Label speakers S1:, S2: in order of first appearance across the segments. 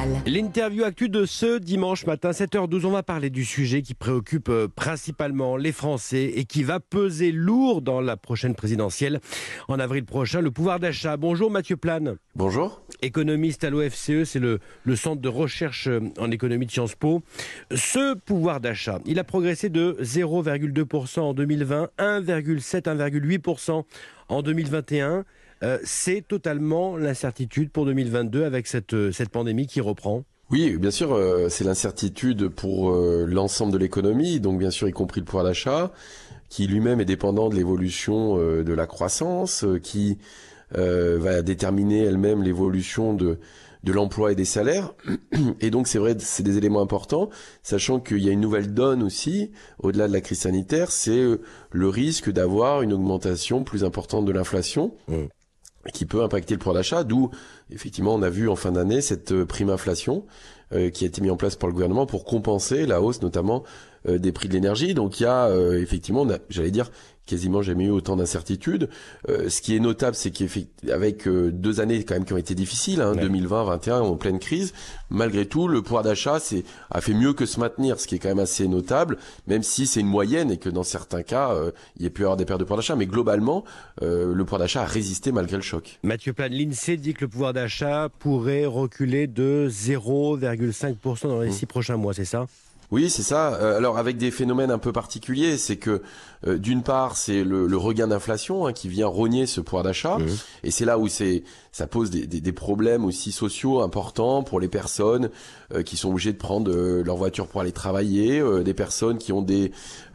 S1: L'interview actu de ce dimanche matin, 7h12, on va parler du sujet qui préoccupe principalement les Français et qui va peser lourd dans la prochaine présidentielle en avril prochain, le pouvoir d'achat. Bonjour Mathieu Plane.
S2: Bonjour.
S1: Économiste à l'OFCE, c'est le centre de recherche en économie de Sciences Po. Ce pouvoir d'achat, il a progressé de 0,2% en 2020, 1,7, 1,8% en 2021. C'est totalement l'incertitude pour 2022 avec cette pandémie qui reprend.
S2: Oui, bien sûr, c'est l'incertitude pour l'ensemble de l'économie, donc bien sûr y compris le pouvoir d'achat, qui lui-même est dépendant de l'évolution de la croissance, qui va déterminer elle-même l'évolution de l'emploi et des salaires. Et donc c'est vrai, c'est des éléments importants, sachant qu'il y a une nouvelle donne aussi, au-delà de la crise sanitaire, c'est le risque d'avoir une augmentation plus importante de l'inflation. Qui peut impacter le pouvoir d'achat, d'où effectivement on a vu en fin d'année cette prime inflation qui a été mise en place par le gouvernement pour compenser la hausse notamment des prix de l'énergie. Donc il y a effectivement, j'allais dire, quasiment jamais eu autant d'incertitudes. Ce qui est notable, c'est qu'avec 2 années quand même qui ont été difficiles, 2020, 2021, en pleine crise, malgré tout, le pouvoir d'achat a fait mieux que se maintenir, ce qui est quand même assez notable, même si c'est une moyenne et que dans certains cas, il y a pu y avoir des pertes de pouvoir d'achat. Mais globalement, le pouvoir d'achat a résisté malgré le choc.
S1: Mathieu Plane, l'INSEE dit que le pouvoir d'achat pourrait reculer de 0,5% dans les 6 prochains mois, c'est ça ?
S2: Oui, c'est ça. Alors avec des phénomènes un peu particuliers, c'est que d'une part, c'est le regain d'inflation qui vient rogner ce pouvoir d'achat, et c'est là où ça pose des problèmes aussi sociaux importants pour les personnes qui sont obligées de prendre leur voiture pour aller travailler, des personnes qui ont des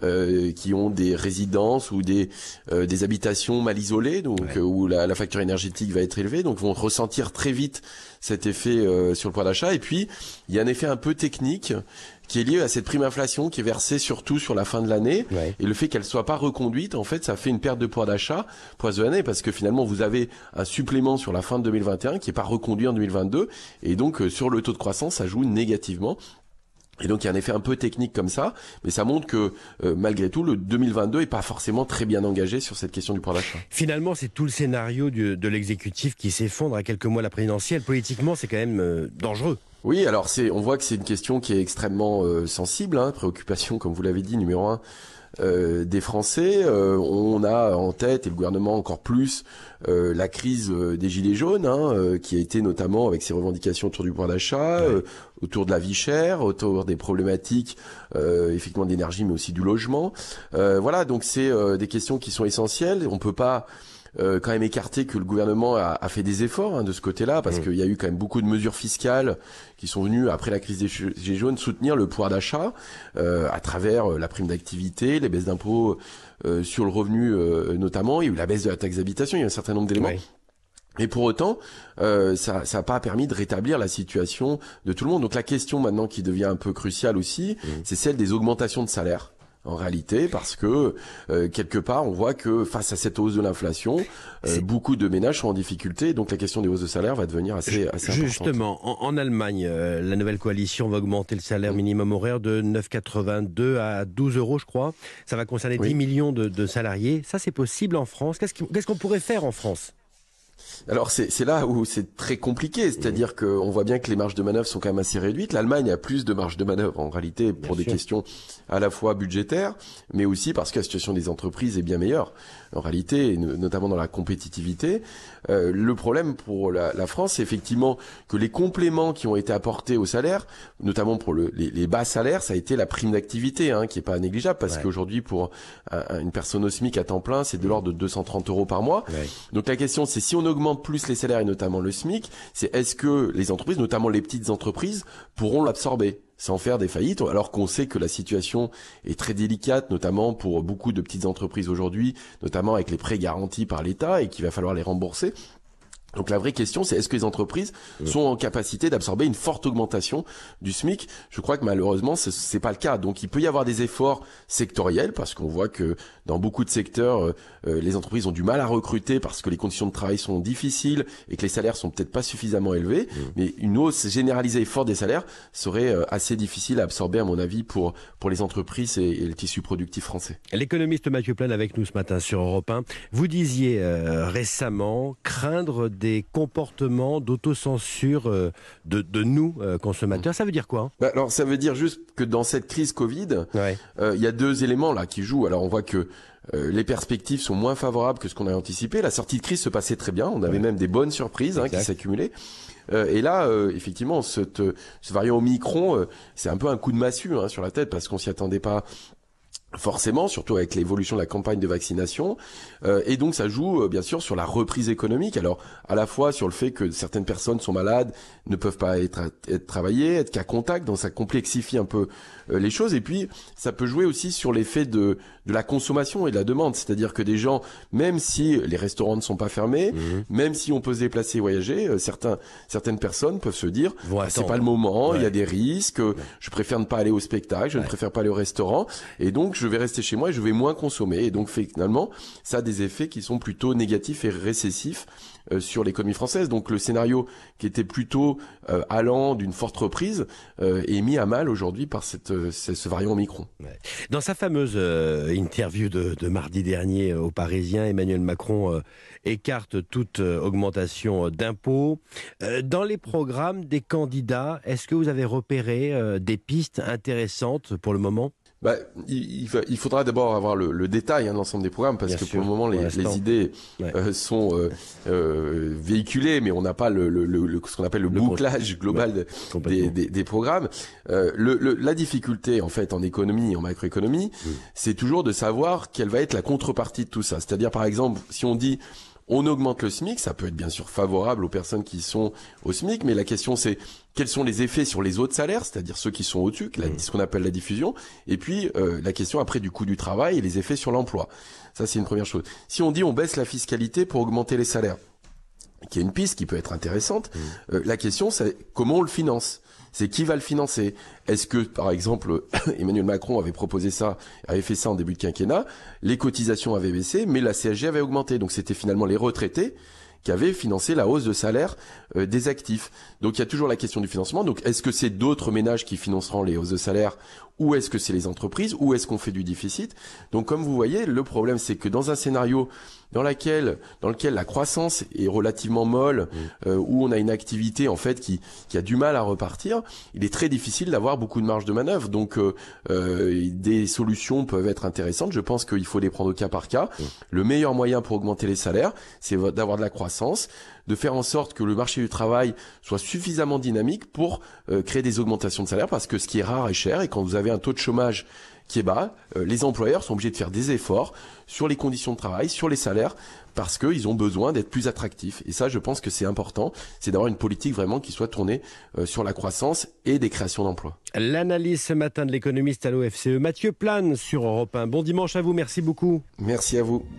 S2: résidences ou des habitations mal isolées, donc où la facture énergétique va être élevée, donc vont ressentir très vite cet effet sur le pouvoir d'achat. Et puis il y a un effet un peu technique qui est lié à cette prime inflation qui est versée surtout sur la fin de l'année, et le fait qu'elle soit pas reconduite, en fait, ça fait une perte de pouvoir d'achat pour cette année, parce que finalement vous avez un supplément sur la fin de 2021 qui est pas reconduit en 2022, et donc sur le taux de croissance, ça joue négativement. Et donc il y a un effet un peu technique comme ça, mais ça montre que malgré tout, le 2022 est pas forcément très bien engagé sur cette question du pouvoir d'achat.
S1: Finalement, c'est tout le scénario de l'exécutif qui s'effondre à quelques mois de la présidentielle. Politiquement, c'est quand même dangereux.
S2: Oui, alors on voit que c'est une question qui est extrêmement sensible, préoccupation, comme vous l'avez dit, numéro 1 des Français. On a en tête, et le gouvernement encore plus, la crise des Gilets jaunes, qui a été notamment avec ses revendications autour du pouvoir d'achat, autour de la vie chère, autour des problématiques effectivement d'énergie, mais aussi du logement. Voilà, donc c'est des questions qui sont essentielles. On peut pas quand même écarter que le gouvernement a fait des efforts de ce côté-là, parce qu'il y a eu quand même beaucoup de mesures fiscales qui sont venues après la crise des Gilets jaunes soutenir le pouvoir d'achat à travers la prime d'activité, les baisses d'impôts sur le revenu notamment. Il y a eu la baisse de la taxe d'habitation, il y a un certain nombre d'éléments. Et pour autant, ça n'a pas permis de rétablir la situation de tout le monde. Donc la question maintenant qui devient un peu cruciale aussi, c'est celle des augmentations de salaire. En réalité, parce que quelque part, on voit que face à cette hausse de l'inflation, beaucoup de ménages sont en difficulté. Donc la question des hausses de salaire va devenir assez importante.
S1: Justement, en Allemagne, la nouvelle coalition va augmenter le salaire minimum horaire de 9,82 à 12 euros, je crois. Ça va concerner 10 millions de salariés. Ça, c'est possible en France. Qu'est-ce qu'on pourrait faire en France ?
S2: Alors c'est là où c'est très compliqué, c'est-à-dire qu'on voit bien que les marges de manœuvre sont quand même assez réduites. L'Allemagne a plus de marges de manœuvre en réalité pour des questions à la fois budgétaires, mais aussi parce que la situation des entreprises est bien meilleure en réalité, notamment dans la compétitivité. Le problème pour la France, c'est effectivement que les compléments qui ont été apportés au salaire, notamment pour les bas salaires, ça a été la prime d'activité, qui est pas négligeable, parce qu'aujourd'hui pour une personne au SMIC à temps plein, c'est de l'ordre de 230 euros par mois. Donc la question, c'est si on augmente plus les salaires et notamment le SMIC, c'est est-ce que les entreprises, notamment les petites entreprises, pourront l'absorber sans faire des faillites, alors qu'on sait que la situation est très délicate, notamment pour beaucoup de petites entreprises aujourd'hui, notamment avec les prêts garantis par l'État et qu'il va falloir les rembourser. Donc la vraie question, c'est est-ce que les entreprises sont en capacité d'absorber une forte augmentation du SMIC ? Je crois que malheureusement, c'est pas le cas. Donc il peut y avoir des efforts sectoriels, parce qu'on voit que dans beaucoup de secteurs, les entreprises ont du mal à recruter parce que les conditions de travail sont difficiles et que les salaires sont peut-être pas suffisamment élevés. Mais une hausse généralisée et forte des salaires serait assez difficile à absorber, à mon avis, pour les entreprises et le tissu productif français.
S1: L'économiste Mathieu Plane avec nous ce matin sur Europe 1. Vous disiez récemment craindre des comportements d'autocensure de nous, consommateurs. Ça veut dire quoi?
S2: Alors ça veut dire juste que dans cette crise Covid, il y a deux éléments là qui jouent. Alors on voit que les perspectives sont moins favorables que ce qu'on a anticipé. La sortie de crise se passait très bien. On avait même des bonnes surprises qui s'accumulaient. Et là, effectivement, ce variant Omicron, c'est un peu un coup de massue sur la tête parce qu'on s'y attendait pas forcément, surtout avec l'évolution de la campagne de vaccination. Et donc ça joue bien sûr sur la reprise économique. Alors à la fois sur le fait que certaines personnes sont malades, ne peuvent pas être travailler, être qu'à contact, donc ça complexifie un peu les choses. Et puis ça peut jouer aussi sur l'effet de la consommation et de la demande. C'est-à-dire que des gens, même si les restaurants ne sont pas fermés, même si on peut se déplacer et voyager, certaines personnes peuvent se dire c'est pas le moment, il y a des risques, je préfère ne pas aller au spectacle, je ne préfère pas aller au restaurant, et donc je vais rester chez moi et je vais moins consommer. Et donc finalement, ça a des effets qui sont plutôt négatifs et récessifs sur l'économie française. Donc le scénario qui était plutôt allant d'une forte reprise est mis à mal aujourd'hui par ce variant Omicron.
S1: Dans sa fameuse interview de mardi dernier aux Parisiens, Emmanuel Macron écarte toute augmentation d'impôts. Dans les programmes des candidats, est-ce que vous avez repéré des pistes intéressantes pour le moment ?
S2: Il faudra d'abord avoir le détail de l'ensemble des programmes parce que pour le moment les idées sont véhiculées, mais on n'a pas ce qu'on appelle le bouclage global des programmes. La difficulté en fait en économie et en macroéconomie, c'est toujours de savoir quelle va être la contrepartie de tout ça. C'est-à-dire par exemple si on dit on augmente le SMIC, ça peut être bien sûr favorable aux personnes qui sont au SMIC, mais la question c'est quels sont les effets sur les autres salaires, c'est-à-dire ceux qui sont au-dessus, ce qu'on appelle la diffusion, et puis la question après du coût du travail et les effets sur l'emploi. Ça c'est une première chose. Si on dit on baisse la fiscalité pour augmenter les salaires, qui est une piste qui peut être intéressante, la question c'est comment on le finance. C'est qui va le financer? Est-ce que, par exemple, Emmanuel Macron avait fait ça en début de quinquennat, les cotisations avaient baissé, mais la CSG avait augmenté. Donc c'était finalement les retraités qui avaient financé la hausse de salaire des actifs. Donc il y a toujours la question du financement. Donc est-ce que c'est d'autres ménages qui financeront les hausses de salaire ou est-ce que c'est les entreprises ou est-ce qu'on fait du déficit? Donc comme vous voyez, le problème c'est que dans un scénario dans lequel la croissance est relativement molle, où on a une activité en fait qui a du mal à repartir, il est très difficile d'avoir beaucoup de marge de manœuvre. Donc des solutions peuvent être intéressantes. Je pense qu'il faut les prendre au cas par cas. Le meilleur moyen pour augmenter les salaires, c'est d'avoir de la croissance, de faire en sorte que le marché du travail soit suffisamment dynamique pour créer des augmentations de salaire, parce que ce qui est rare est cher, et quand vous avez un taux de chômage qui est bas, les employeurs sont obligés de faire des efforts sur les conditions de travail, sur les salaires, parce qu'ils ont besoin d'être plus attractifs. Et ça, je pense que c'est important, c'est d'avoir une politique vraiment qui soit tournée sur la croissance et des créations d'emplois.
S1: L'analyse ce matin de l'économiste à l'OFCE, Mathieu Plane sur Europe 1. Bon dimanche à vous, merci beaucoup.
S2: Merci à vous.